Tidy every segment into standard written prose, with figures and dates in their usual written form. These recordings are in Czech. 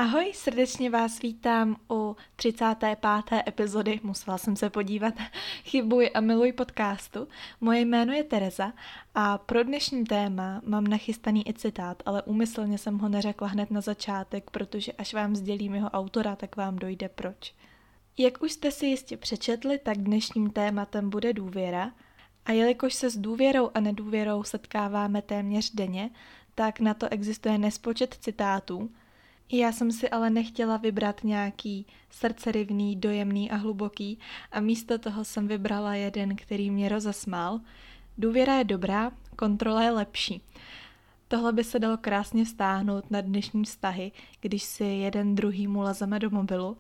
Ahoj, srdečně vás vítám u 35. epizody, musela jsem se podívat, Chybuj a miluj podcastu. Moje jméno je Tereza a pro dnešní téma mám nachystaný i citát, ale úmyslně jsem ho neřekla hned na začátek, protože až vám sdělím jeho autora, tak vám dojde proč. Jak už jste si jistě přečetli, tak dnešním tématem bude důvěra a jelikož se s důvěrou a nedůvěrou setkáváme téměř denně, tak na to existuje nespočet citátů. Já jsem si ale nechtěla vybrat nějaký srdcerivný, dojemný a hluboký a místo toho jsem vybrala jeden, který mě rozesmál. Důvěra je dobrá, kontrola je lepší. Tohle by se dalo krásně vztáhnout na dnešní vztahy, když si jeden druhýmu lezeme do mobilu,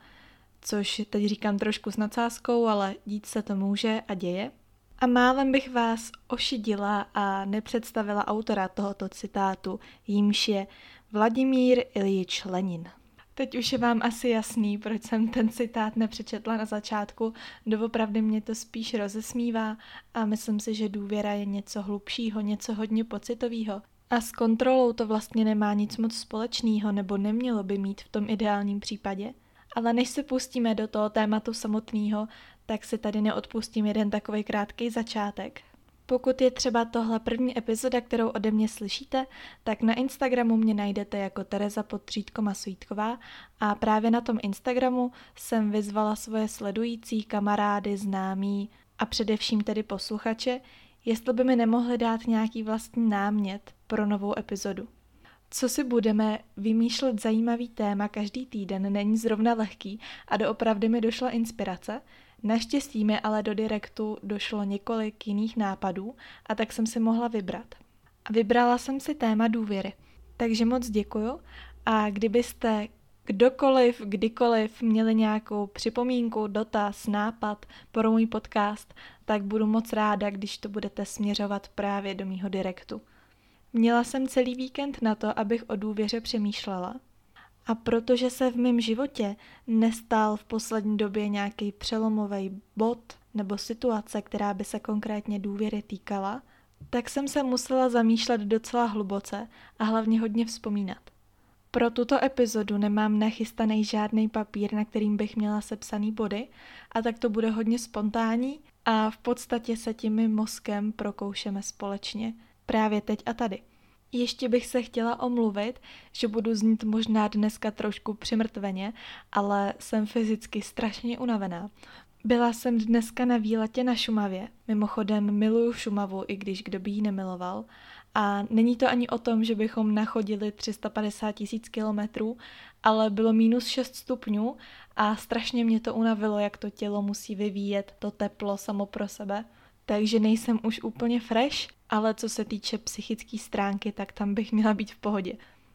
což teď říkám trošku s nadsázkou, ale dít se to může a děje. A málem bych vás ošidila a nepředstavila autora tohoto citátu, jímž je Vladimír Iljič Lenin. Teď už je vám asi jasný, proč jsem ten citát nepřečetla na začátku, doopravdy mě to spíš rozesmívá a myslím si, že důvěra je něco hlubšího, něco hodně pocitového. A s kontrolou to vlastně nemá nic moc společného, nebo nemělo by mít v tom ideálním případě. Ale než se pustíme do toho tématu samotného, tak si tady neodpustím jeden takový krátký začátek. Pokud je třeba tohle první epizoda, kterou ode mě slyšíte, tak na Instagramu mě najdete jako Tereza_Svítková a právě na tom Instagramu jsem vyzvala svoje sledující, kamarády, známí a především tedy posluchače, jestli by mi nemohli dát nějaký vlastní námět pro novou epizodu. Co si budeme, vymýšlet zajímavý téma každý týden není zrovna lehký a doopravdy mi došla inspirace. Naštěstí mi ale do direktu došlo několik jiných nápadů a tak jsem si mohla vybrat. A vybrala jsem si téma důvěry. Takže moc děkuju a kdybyste kdokoliv, kdykoliv měli nějakou připomínku, dotaz, nápad pro můj podcast, tak budu moc ráda, když to budete směřovat právě do mýho direktu. Měla jsem celý víkend na to, abych o důvěře přemýšlela. A protože se v mém životě nestal v poslední době nějaký přelomový bod nebo situace, která by se konkrétně důvěry týkala, tak jsem se musela zamýšlet docela hluboce a hlavně hodně vzpomínat. Pro tuto epizodu nemám nachystaný žádný papír, na kterým bych měla sepsaný body, a tak to bude hodně spontánní a v podstatě se tím mým mozkem prokoušeme společně právě teď a tady. Ještě bych se chtěla omluvit, že budu znít možná dneska trošku přimrtveně, ale jsem fyzicky strašně unavená. Byla jsem dneska na výletě na Šumavě, mimochodem miluju Šumavu, i když kdo by ji nemiloval. A není to ani o tom, že bychom nachodili 350 000 kilometrů, ale bylo -6 stupňů a strašně mě to unavilo, jak to tělo musí vyvíjet to teplo samo pro sebe. Takže nejsem už úplně fresh, ale co se týče psychické stránky, tak tam bych měla být v pohodě.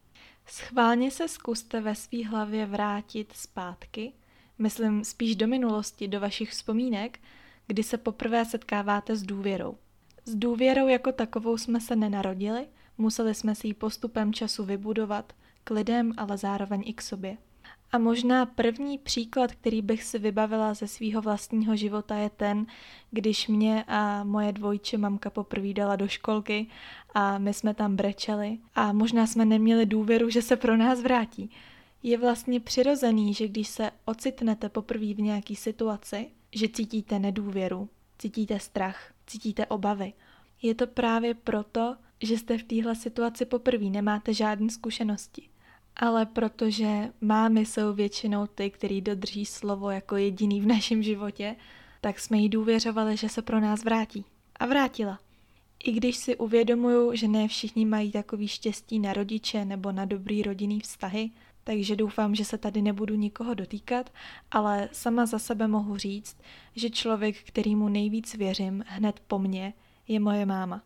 Schválně se zkuste ve svý hlavě vrátit zpátky, myslím spíš do minulosti, do vašich vzpomínek, kdy se poprvé setkáváte s důvěrou. S důvěrou jako takovou jsme se nenarodili, museli jsme si ji postupem času vybudovat k lidem, ale zároveň i k sobě. A možná první příklad, který bych si vybavila ze svého vlastního života, je ten, když mě a moje dvojče mamka poprvé dala do školky a my jsme tam brečeli a možná jsme neměli důvěru, že se pro nás vrátí. Je vlastně přirozený, že když se ocitnete poprvé v nějaký situaci, že cítíte nedůvěru, cítíte strach, cítíte obavy. Je to právě proto, že jste v téhle situaci poprvé, nemáte žádné zkušenosti. Ale protože mámy jsou většinou ty, který dodrží slovo jako jediný v našem životě, tak jsme jí důvěřovali, že se pro nás vrátí. A vrátila. I když si uvědomuju, že ne všichni mají takový štěstí na rodiče nebo na dobrý rodinný vztahy, takže doufám, že se tady nebudu nikoho dotýkat, ale sama za sebe mohu říct, že člověk, kterýmu nejvíc věřím hned po mně, je moje máma.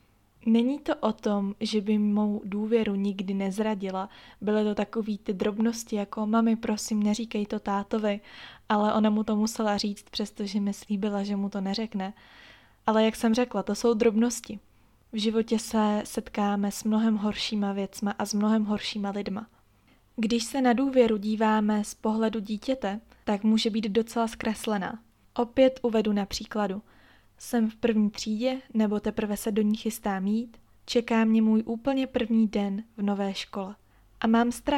Není to o tom, že by mou důvěru nikdy nezradila, byly to takový ty drobnosti jako mami, prosím, neříkej to tátovi, ale ona mu to musela říct, přestože mi slíbila, že mu to neřekne. Ale jak jsem řekla, to jsou drobnosti. V životě se setkáme s mnohem horšíma věcma a s mnohem horšíma lidma. Když se na důvěru díváme z pohledu dítěte, tak může být docela zkreslená. Opět uvedu na příkladu. Jsem v první třídě, nebo teprve se do ní chystám jít, čeká mě můj úplně první den v nové škole. A mám strach.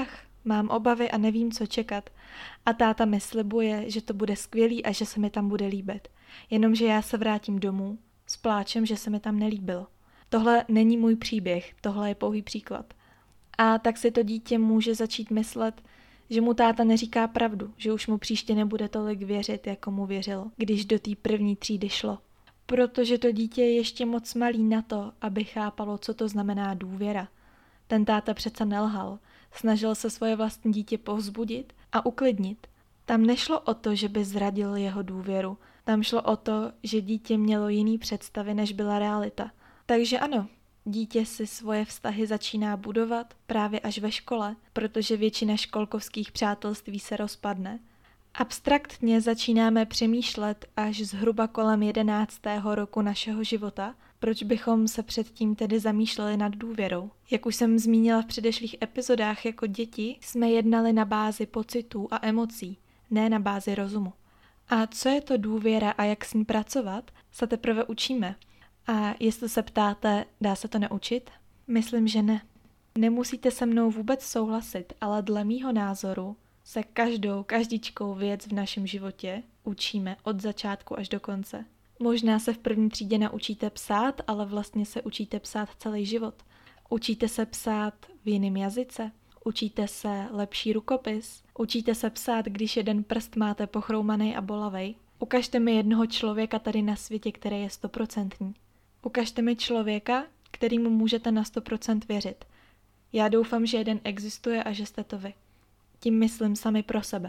mám obavy a nevím, co čekat. A táta mi slibuje, že to bude skvělý a že se mi tam bude líbit. Jenomže já se vrátím domů s pláčem, že se mi tam nelíbilo. Tohle není můj příběh, tohle je pouhý příklad. A tak si to dítě může začít myslet, že mu táta neříká pravdu, že už mu příště nebude tolik věřit, jako mu věřilo, když do té první třídy šlo. Protože to dítě je ještě moc malý na to, aby chápalo, co to znamená důvěra. Ten táta přece nelhal, snažil se svoje vlastní dítě povzbudit a uklidnit. Tam nešlo o to, že by zradil jeho důvěru, tam šlo o to, že dítě mělo jiný představy, než byla realita. Takže ano, dítě si svoje vztahy začíná budovat právě až ve škole, protože většina školkovských přátelství se rozpadne. Abstraktně začínáme přemýšlet až zhruba kolem 11. roku našeho života, proč bychom se předtím tedy zamýšleli nad důvěrou. Jak už jsem zmínila v předešlých epizodách, jako děti jsme jednali na bázi pocitů a emocí, ne na bázi rozumu. A co je to důvěra a jak s ní pracovat, se teprve učíme. A jestli se ptáte, dá se to naučit? Myslím, že ne. Nemusíte se mnou vůbec souhlasit, ale dle mýho názoru se každičkou věc v našem životě učíme od začátku až do konce. Možná se v první třídě naučíte psát, ale vlastně se učíte psát celý život. Učíte se psát v jiném jazyce, učíte se lepší rukopis, učíte se psát, když jeden prst máte pochroumaný a bolavej. Ukažte mi jednoho člověka tady na světě, který je 100%. Ukažte mi člověka, kterýmu můžete na 100% věřit. Já doufám, že jeden existuje a že jste to vy. Tím myslím sami pro sebe.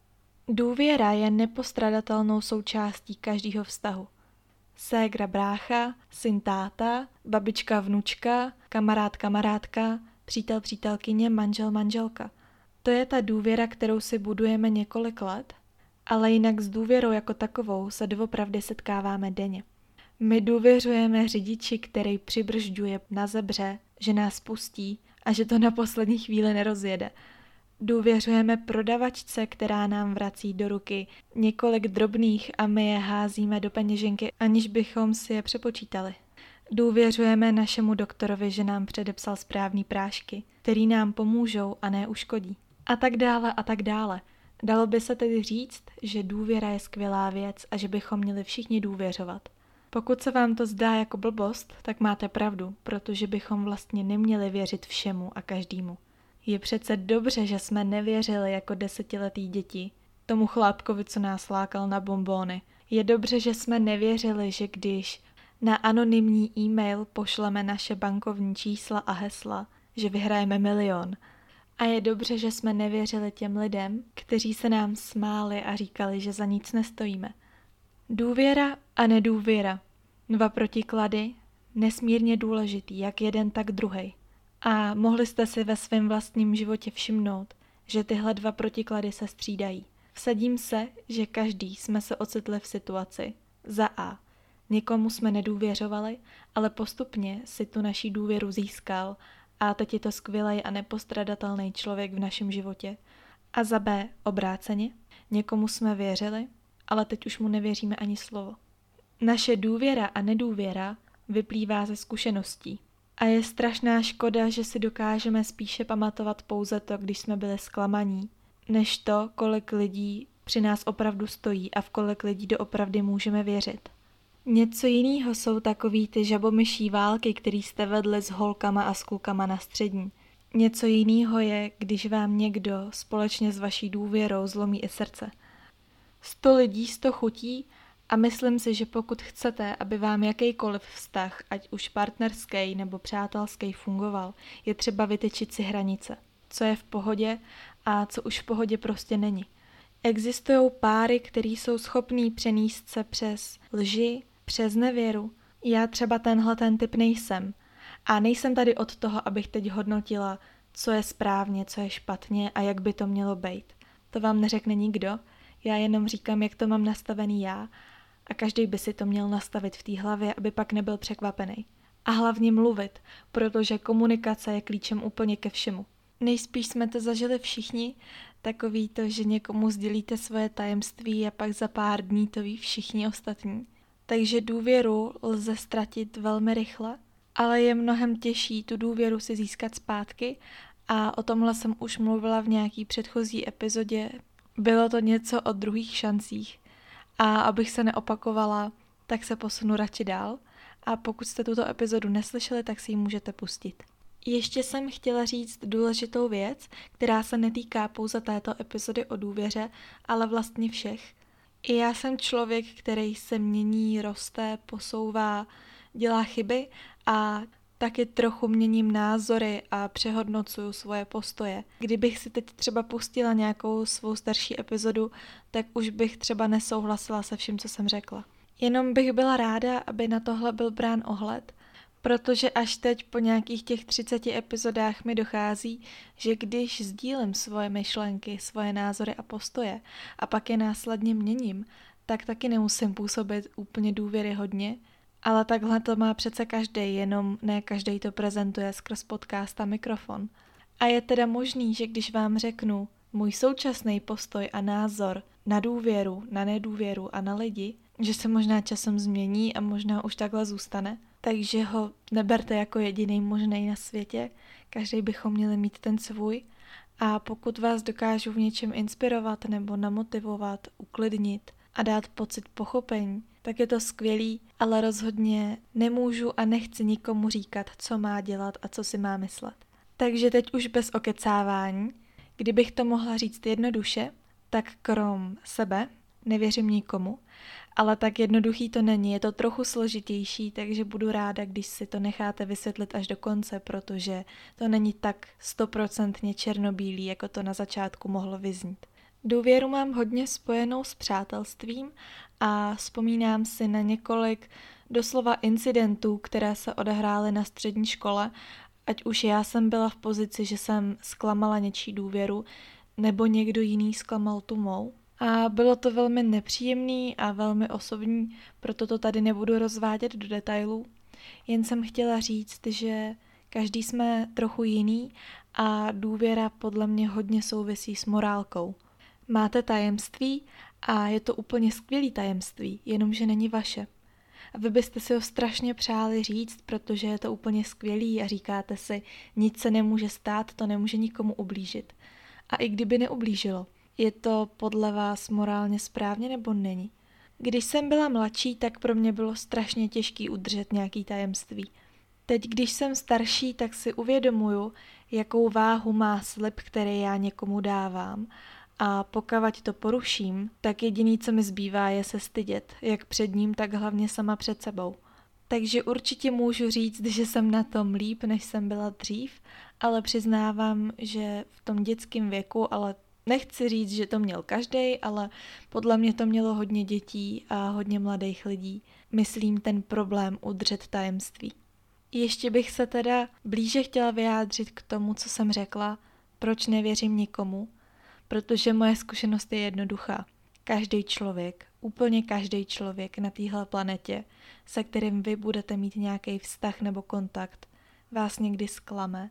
Důvěra je nepostradatelnou součástí každého vztahu. Ségra brácha, syn táta, babička vnučka, kamarád kamarádka, přítel přítelkyně, manžel manželka. To je ta důvěra, kterou si budujeme několik let, ale jinak s důvěrou jako takovou se doopravdy setkáváme denně. My důvěřujeme řidiči, který přibržďuje na zebře, že nás pustí a že to na poslední chvíli nerozjede. Důvěřujeme prodavačce, která nám vrací do ruky několik drobných a my je házíme do peněženky, aniž bychom si je přepočítali. Důvěřujeme našemu doktorovi, že nám předepsal správný prášky, který nám pomůžou a ne uškodí. A tak dále a tak dále. Dalo by se tedy říct, že důvěra je skvělá věc a že bychom měli všichni důvěřovat. Pokud se vám to zdá jako blbost, tak máte pravdu, protože bychom vlastně neměli věřit všemu a každému. Je přece dobře, že jsme nevěřili jako 10letý děti tomu chlápkovi, co nás lákal na bonbóny. Je dobře, že jsme nevěřili, že když na anonymní e-mail pošleme naše bankovní čísla a hesla, že vyhrajeme 1 000 000. A je dobře, že jsme nevěřili těm lidem, kteří se nám smáli a říkali, že za nic nestojíme. Důvěra a nedůvěra. 2 protiklady, nesmírně důležitý, jak jeden, tak druhej. A mohli jste si ve svém vlastním životě všimnout, že tyhle 2 protiklady se střídají. Vsadím se, že každý jsme se ocitli v situaci. Za A. Někomu jsme nedůvěřovali, ale postupně si tu naší důvěru získal a teď je to skvělý a nepostradatelný člověk v našem životě. A za B. Obráceně. Někomu jsme věřili, ale teď už mu nevěříme ani slovo. Naše důvěra a nedůvěra vyplývá ze zkušeností. A je strašná škoda, že si dokážeme spíše pamatovat pouze to, když jsme byli zklamaní, než to, kolik lidí při nás opravdu stojí a v kolik lidí doopravdy můžeme věřit. Něco jiného jsou takový ty žabomyší války, který jste vedli s holkama a s klukama na střední. Něco jiného je, když vám někdo společně s vaší důvěrou zlomí i srdce. 100 lidí, 100 chutí a myslím si, že pokud chcete, aby vám jakýkoliv vztah, ať už partnerský nebo přátelský fungoval, je třeba vytyčit si hranice. Co je v pohodě a co už v pohodě prostě není. Existují páry, který jsou schopní přenést se přes lži, přes nevěru. Já třeba ten typ nejsem. A nejsem tady od toho, abych teď hodnotila, co je správně, co je špatně a jak by to mělo být. To vám neřekne nikdo, já jenom říkám, jak to mám nastavený já a každý by si to měl nastavit v té hlavě, aby pak nebyl překvapený. A hlavně mluvit, protože komunikace je klíčem úplně ke všemu. Nejspíš jsme to zažili všichni, takový to, že někomu sdělíte svoje tajemství a pak za pár dní to ví všichni ostatní. Takže důvěru lze ztratit velmi rychle, ale je mnohem těžší tu důvěru si získat zpátky A o tomhle jsem už mluvila v nějaký předchozí epizodě. Bylo to něco o druhých šancích. A abych se neopakovala, tak se posunu radši dál. A pokud jste tuto epizodu neslyšeli, tak si ji můžete pustit. Ještě jsem chtěla říct důležitou věc, která se netýká pouze této epizody o důvěře, ale vlastně všech. I já jsem člověk, který se mění, roste, posouvá, dělá chyby a taky trochu měním názory a přehodnocuju svoje postoje. Kdybych si teď třeba pustila nějakou svou starší epizodu, tak už bych třeba nesouhlasila se vším, co jsem řekla. Jenom bych byla ráda, aby na tohle byl brán ohled, protože až teď po nějakých těch 30 epizodách mi dochází, že když sdílím svoje myšlenky, svoje názory a postoje a pak je následně měním, tak taky nemusím působit úplně důvěryhodně, ale takhle to má přece každý, jenom ne každý to prezentuje skrz podcast a mikrofon. A je teda možný, že když vám řeknu můj současný postoj a názor na důvěru, na nedůvěru a na lidi, že se možná časem změní a možná už takhle zůstane, takže ho neberte jako jediný možný na světě, každý bychom měli mít ten svůj. A pokud vás dokážu v něčem inspirovat nebo namotivovat, uklidnit a dát pocit pochopení, tak je to skvělý, ale rozhodně nemůžu a nechci nikomu říkat, co má dělat a co si má myslet. Takže teď už bez okecávání, kdybych to mohla říct jednoduše, tak krom sebe nevěřím nikomu, ale tak jednoduchý to není, je to trochu složitější, takže budu ráda, když si to necháte vysvětlit až do konce, protože to není tak 100% černobílý, jako to na začátku mohlo vyznít. Důvěru mám hodně spojenou s přátelstvím a vzpomínám si na několik doslova incidentů, které se odehrály na střední škole, ať už já jsem byla v pozici, že jsem zklamala něčí důvěru, nebo někdo jiný zklamal tu mou. A bylo to velmi nepříjemný a velmi osobní, proto to tady nebudu rozvádět do detailů. Jen jsem chtěla říct, že každý jsme trochu jiný a důvěra podle mě hodně souvisí s morálkou. Máte tajemství a je to úplně skvělý tajemství, jenomže není vaše. A vy byste si ho strašně přáli říct, protože je to úplně skvělý a říkáte si, nic se nemůže stát, to nemůže nikomu ublížit. A i kdyby neublížilo, je to podle vás morálně správně nebo není? Když jsem byla mladší, tak pro mě bylo strašně těžký udržet nějaký tajemství. Teď, když jsem starší, tak si uvědomuju, jakou váhu má slib, který já někomu dávám. A pokud to poruším, tak jediný, co mi zbývá, je se stydět, jak před ním, tak hlavně sama před sebou. Takže určitě můžu říct, že jsem na tom líp, než jsem byla dřív, ale přiznávám, že v tom dětském věku, ale nechci říct, že to měl každý, ale podle mě to mělo hodně dětí a hodně mladých lidí. Myslím ten problém udržet tajemství. Ještě bych se teda blíže chtěla vyjádřit k tomu, co jsem řekla, proč nevěřím nikomu, protože moje zkušenost je jednoduchá. Každý člověk, úplně každý člověk na téhle planetě, se kterým vy budete mít nějaký vztah nebo kontakt, vás někdy zklame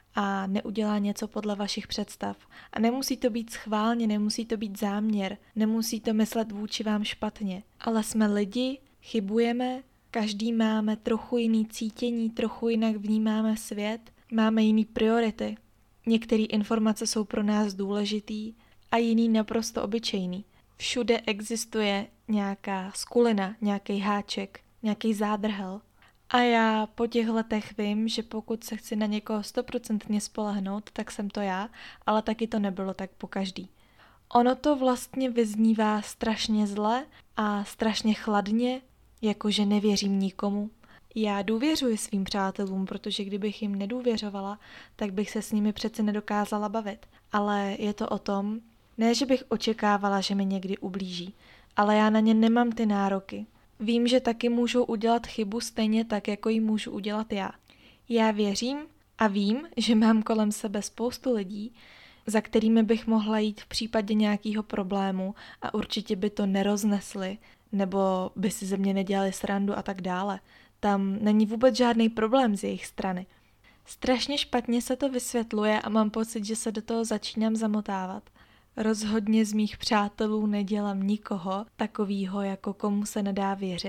a neudělá něco podle vašich představ. A nemusí to být schválně, nemusí to být záměr, nemusí to myslet vůči vám špatně. Ale jsme lidi, chybujeme, každý máme trochu jiný cítění, trochu jinak vnímáme svět, máme jiný priority. Některé informace jsou pro nás důležitý a jiný naprosto obyčejný. Všude existuje nějaká skulina, nějaký háček, nějaký zádrhel. A já po těch letech vím, že pokud se chci na někoho 100% spolehnout, tak jsem to já, ale taky to nebylo tak po každý. Ono to vlastně vyznívá strašně zle a strašně chladně, jakože nevěřím nikomu. Já důvěřuji svým přátelům, protože kdybych jim nedůvěřovala, tak bych se s nimi přece nedokázala bavit. Ale je to o tom, ne, že bych očekávala, že mi někdy ublíží, ale já na ně nemám ty nároky. Vím, že taky můžou udělat chybu stejně tak, jako ji můžu udělat já. Já věřím a vím, že mám kolem sebe spoustu lidí, za kterými bych mohla jít v případě nějakého problému a určitě by to neroznesli, nebo by si ze mě nedělali srandu a tak dále. Tam není vůbec žádný problém z jejich strany. Strašně špatně se to vysvětluje a mám pocit, že se do toho začínám zamotávat. Rozhodně z mých přátelů nedělám nikoho takovýho, jako komu se nedá věřit.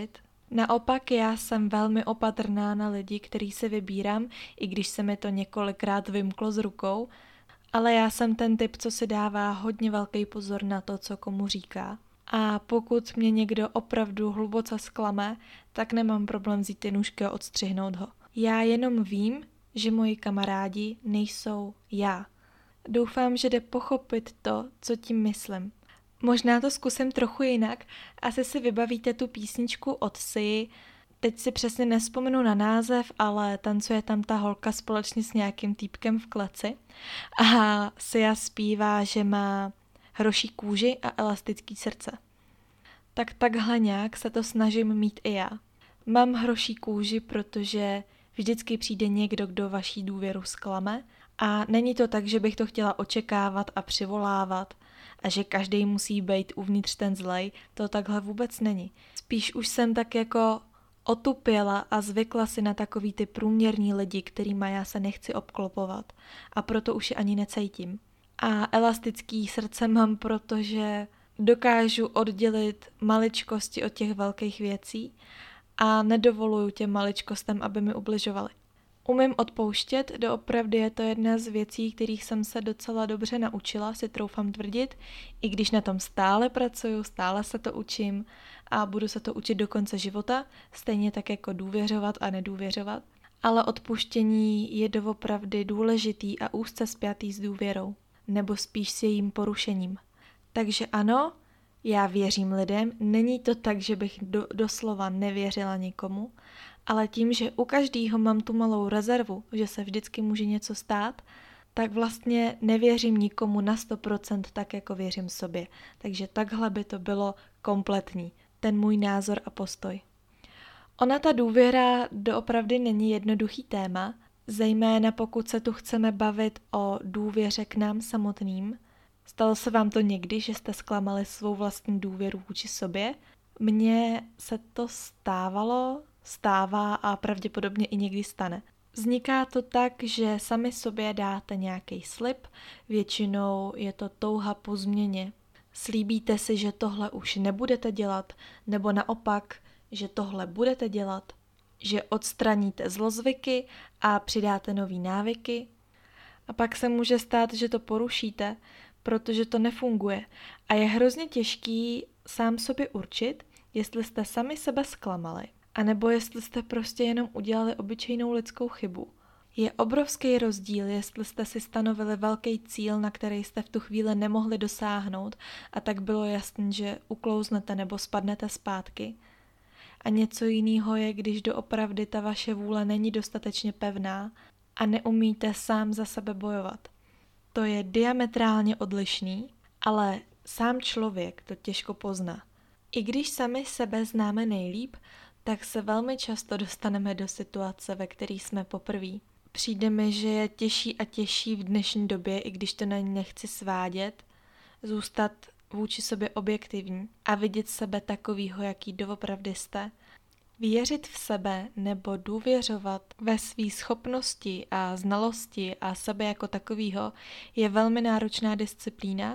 Naopak já jsem velmi opatrná na lidi, který si vybírám, i když se mi to několikrát vymklo z rukou, ale já jsem ten typ, co si dává hodně velký pozor na to, co komu říká. A pokud mě někdo opravdu hluboce zklame, tak nemám problém vzít ty nůžky a odstřihnout ho. Já jenom vím, že moji kamarádi nejsou já. Doufám, že jde pochopit to, co tím myslím. Možná to zkusím trochu jinak. Asi si vybavíte tu písničku od Sia. Teď si přesně nevzpomenu na název, ale tancuje tam ta holka společně s nějakým týpkem v kleci. A Sia zpívá, že má hroší kůži a elastický srdce. Tak takhle nějak se to snažím mít i já. Mám hroší kůži, protože vždycky přijde někdo, kdo vaší důvěru zklame a není to tak, že bych to chtěla očekávat a přivolávat a že každý musí být uvnitř ten zlej, to takhle vůbec není. Spíš už jsem tak jako otupěla a zvykla si na takový ty průměrní lidi, kterýma já se nechci obklopovat a proto už je ani necítím. A elastický srdce mám, protože dokážu oddělit maličkosti od těch velkých věcí a nedovoluju těm maličkostem, aby mi ubližovaly. Umím odpouštět, doopravdy je to jedna z věcí, kterých jsem se docela dobře naučila, si troufám tvrdit, i když na tom stále pracuju, stále se to učím a budu se to učit do konce života, stejně tak jako důvěřovat a nedůvěřovat. Ale odpuštění je doopravdy důležitý a úzce spjatý s důvěrou, nebo spíš s jejím porušením. Takže ano, já věřím lidem, není to tak, že bych doslova nevěřila nikomu, ale tím, že u každého mám tu malou rezervu, že se vždycky může něco stát, tak vlastně nevěřím nikomu na 100% tak, jako věřím sobě. Takže takhle by to bylo kompletní, ten můj názor a postoj. Ona ta důvěra doopravdy není jednoduchý téma, zejména pokud se tu chceme bavit o důvěře k nám samotným. Stalo se vám to někdy, že jste zklamali svou vlastní důvěru vůči sobě? Mně se to stává a pravděpodobně i někdy stane. Vzniká to tak, že sami sobě dáte nějaký slib, většinou je to touha po změně. Slíbíte si, že tohle už nebudete dělat, nebo naopak, že tohle budete dělat, že odstraníte zlozvyky a přidáte nový návyky. A pak se může stát, že to porušíte, protože to nefunguje. A je hrozně těžký sám sobě určit, jestli jste sami sebe zklamali, anebo jestli jste prostě jenom udělali obyčejnou lidskou chybu. Je obrovský rozdíl, jestli jste si stanovili velký cíl, na který jste v tu chvíli nemohli dosáhnout a tak bylo jasné, že uklouznete nebo spadnete zpátky. A něco jiného je, když doopravdy ta vaše vůle není dostatečně pevná a neumíte sám za sebe bojovat. To je diametrálně odlišný, ale sám člověk to těžko pozná. I když sami sebe známe nejlíp, tak se velmi často dostaneme do situace, ve které jsme poprvé. Přijde mi, že je těžší a těžší v dnešní době, i když to na ní nechci svádět, zůstat vůči sobě objektivní a vidět sebe takovýho, jaký doopravdy jste. Věřit v sebe nebo důvěřovat ve své schopnosti a znalosti a sebe jako takovýho je velmi náročná disciplína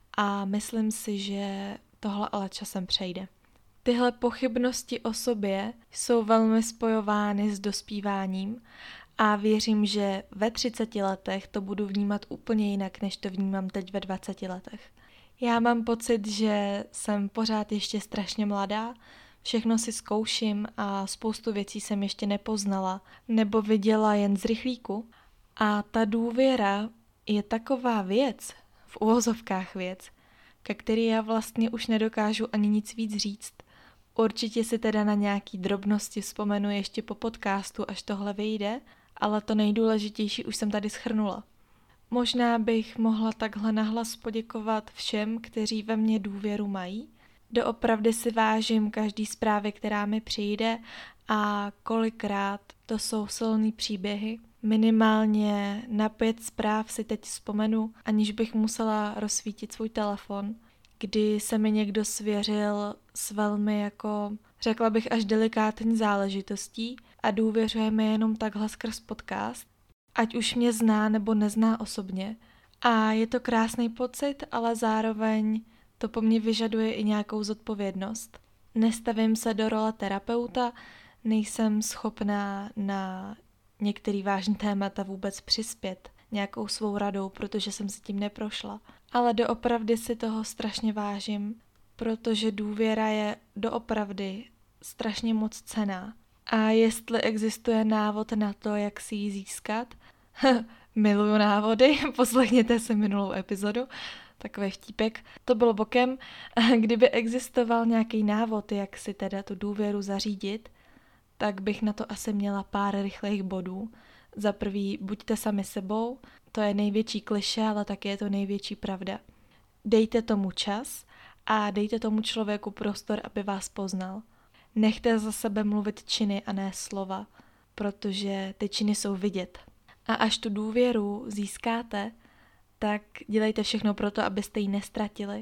a myslím si, že tohle ale časem přejde. Tyhle pochybnosti o sobě jsou velmi spojovány s dospíváním a věřím, že ve 30 letech to budu vnímat úplně jinak, než to vnímám teď ve 20 letech. Já mám pocit, že jsem pořád ještě strašně mladá, všechno si zkouším a spoustu věcí jsem ještě nepoznala nebo viděla jen z rychlíku. A ta důvěra je taková věc, v uvozovkách věc, ke který já vlastně už nedokážu ani nic víc říct. Určitě si teda na nějaký drobnosti vzpomenu ještě po podcastu, až tohle vyjde, ale to nejdůležitější už jsem tady shrnula. Možná bych mohla takhle nahlas poděkovat všem, kteří ve mně důvěru mají. Doopravdy si vážím každý zprávy, která mi přijde a kolikrát to jsou silný příběhy. Minimálně na 5 zpráv si teď vzpomenu, aniž bych musela rozsvítit svůj telefon, kdy se mi někdo svěřil s velmi řekla bych až delikátní záležitostí a důvěřuje mi jenom takhle skrz podcast, ať už mě zná nebo nezná osobně. A je to krásný pocit, ale zároveň to po mně vyžaduje i nějakou zodpovědnost. Nestavím se do role terapeuta, nejsem schopná na některý vážný témata vůbec přispět nějakou svou radou, protože jsem si tím neprošla. Ale doopravdy si toho strašně vážím, protože důvěra je doopravdy strašně moc cenná. A jestli existuje návod na to, jak si ji získat, miluju návody, poslechněte si minulou epizodu, takový vtípek. To bylo bokem. Kdyby existoval nějaký návod, jak si teda tu důvěru zařídit, tak bych na to asi měla pár rychlých bodů. Za prvý, buďte sami sebou, to je největší klišé, ale taky je to největší pravda. Dejte tomu čas a dejte tomu člověku prostor, aby vás poznal. Nechte za sebe mluvit činy a ne slova, protože ty činy jsou vidět. A až tu důvěru získáte, tak dělejte všechno pro to, abyste ji nestratili.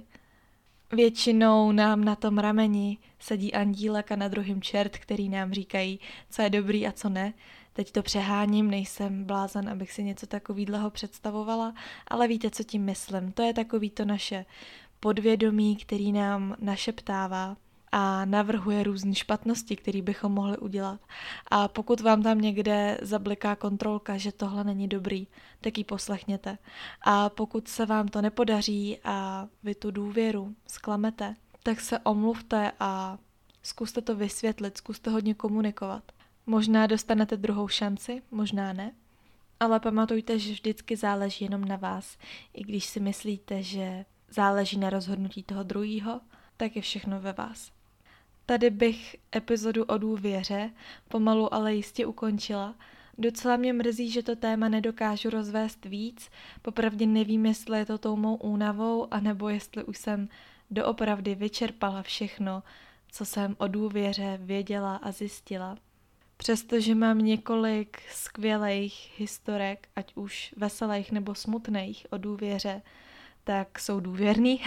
Většinou nám na tom rameni sedí andílek a na druhém čert, který nám říkají, co je dobrý a co ne. Teď to přeháním, nejsem blázen, abych si něco takového představovala, ale víte, co tím myslím. To je takový to naše podvědomí, který nám našeptává a navrhuje různé špatnosti, které bychom mohli udělat. A pokud vám tam někde zabliká kontrolka, že tohle není dobrý, tak ji poslechněte. A pokud se vám to nepodaří a vy tu důvěru zklamete, tak se omluvte a zkuste to vysvětlit, zkuste hodně komunikovat. Možná dostanete druhou šanci, možná ne, ale pamatujte, že vždycky záleží jenom na vás. I když si myslíte, že záleží na rozhodnutí toho druhého, tak je všechno ve vás. Tady bych epizodu o důvěře pomalu ale jistě ukončila. Docela mě mrzí, že to téma nedokážu rozvést víc. Popravdě nevím, jestli je to tou mou únavou, anebo jestli už jsem doopravdy vyčerpala všechno, co jsem o důvěře věděla a zjistila. Přestože mám několik skvělých historek, ať už veselých nebo smutných o důvěře, tak jsou důvěrný.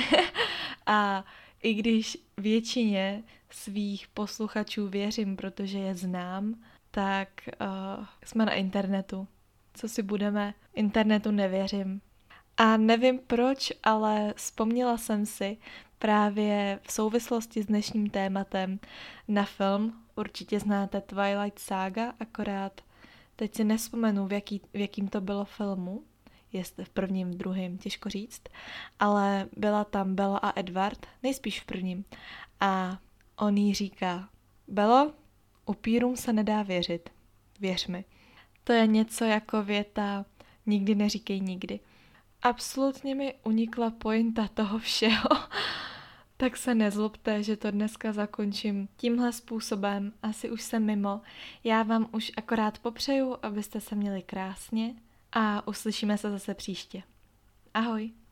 A i když většině svých posluchačů věřím, protože je znám, tak jsme na internetu. Co si budeme? Internetu nevěřím. A nevím proč, ale vzpomněla jsem si právě v souvislosti s dnešním tématem na film. Určitě znáte Twilight Saga, akorát teď si nevzpomenu, v jakým to bylo filmu, jestli v prvním, v druhém, těžko říct, ale byla tam Bella a Edward, nejspíš v prvním. A on jí říká, Bello, upírům se nedá věřit, věř mi. To je něco jako věta, nikdy neříkej nikdy. Absolutně mi unikla pointa toho všeho, tak se nezlobte, že to dneska zakončím tímhle způsobem, asi už jsem mimo. Já vám už akorát popřeju, abyste se měli krásně a uslyšíme se zase příště. Ahoj!